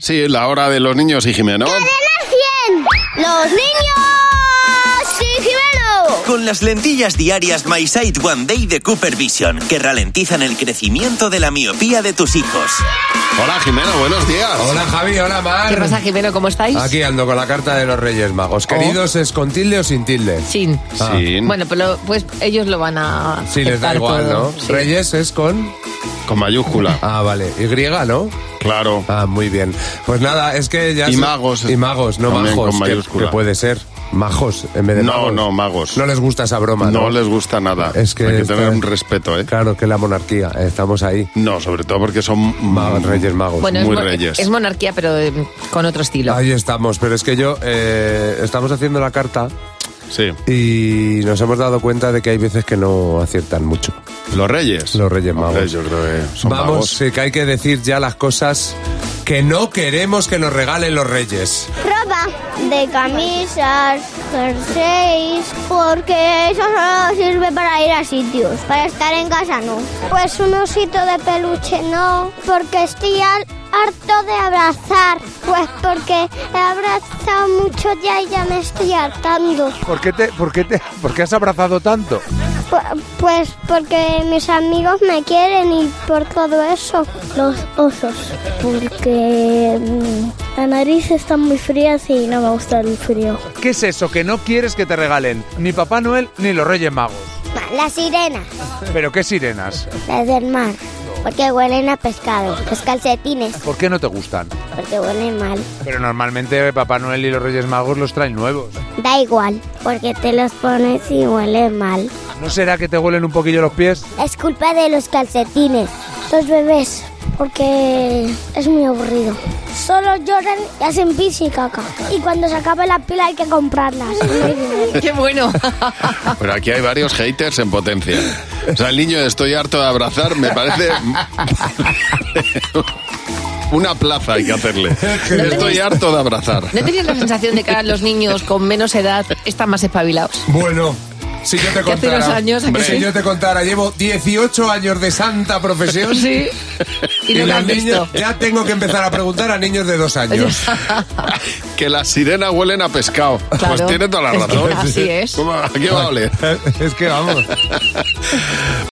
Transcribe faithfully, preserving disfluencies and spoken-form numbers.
Sí, la hora de los niños y Jimeno. ¡Cadena cien! ¡Los niños y Jimeno! Con las lentillas diarias My Sight One Day de Cooper Vision, que ralentizan el crecimiento de la miopía de tus hijos. Hola, Jimeno, buenos días. Hola, Javi, hola, Mar. ¿Qué pasa, Jimeno? ¿Cómo estáis? Aquí ando con la carta de los Reyes Magos. Queridos, ¿es con tilde o sin tilde? Sin. Ah. Sí, Bueno, pero pues ellos lo van a Sí, les da aceptar igual, todo. ¿no? Sí. Reyes es con... con mayúscula. Ah, vale. Y, ¿no? Claro. Ah, muy bien. Pues nada, es que ya... Y se- magos. Y magos, no También majos. con que- mayúscula. Que, puede ser. Majos, en vez de No, magos. no, magos. No les gusta esa broma, ¿no? No les gusta nada. Es que Hay que está- tener un respeto, ¿eh? Claro, que la monarquía. Estamos ahí. No, sobre todo porque son Ma- mm, Reyes Magos. Bueno, muy es, mo- reyes. es monarquía, pero eh, con otro estilo. Ahí estamos. Pero es que yo... eh, estamos haciendo la carta... Sí. Y nos hemos dado cuenta de que hay veces que no aciertan mucho. ¿Los reyes? Los Reyes Hombre, Magos. yo creo que son Vamos, magos. sí, que hay que decir ya las cosas que no queremos que nos regalen los Reyes. Ropa de camisas, jerseys, porque eso solo sirve para ir a sitios, para estar en casa no. Pues un osito de peluche no, porque estoy al- harto de abrazar, pues porque he abrazado mucho ya y ya me estoy hartando. ¿Por qué, te, por, qué te, ¿Por qué has abrazado tanto? Pu- Pues porque mis amigos me quieren y por todo eso. Los osos, porque mm, la nariz está muy fría y no me gusta el frío. ¿Qué es eso que no quieres que te regalen ni Papá Noel ni los Reyes Magos? Las sirenas, ¿Pero qué sirenas? las del mar, porque huelen a pescado. Los calcetines, ¿Por qué no te gustan? porque huelen mal. Pero normalmente Papá Noel y los Reyes Magos los traen nuevos. Da igual, porque te los pones y huelen mal. ¿No será que te huelen un poquillo los pies? Es culpa de los calcetines. Los bebés, porque es muy aburrido. Solo lloran y hacen pis y caca. Y cuando se acabe la pila hay que comprarlas. No hay dinero. ¡Qué bueno! Pero aquí hay varios haters en potencia. O sea, el niño de estoy harto de abrazar, me parece... Una plaza hay que hacerle. Estoy harto de abrazar. ¿No tenías la sensación de que ahora los niños con menos edad están más espabilados? Bueno, si yo te Que hace contara... unos años, ¿a que si sí? yo te contara, llevo dieciocho años de santa profesión. Sí. Y no lo los has niños, visto. ya tengo que empezar a preguntar a niños de dos años. Que las sirenas huelen a pescado. Claro. Pues tiene toda la Es que razón. así es. ¿Cómo? ¿A qué va a oler? Es que vamos.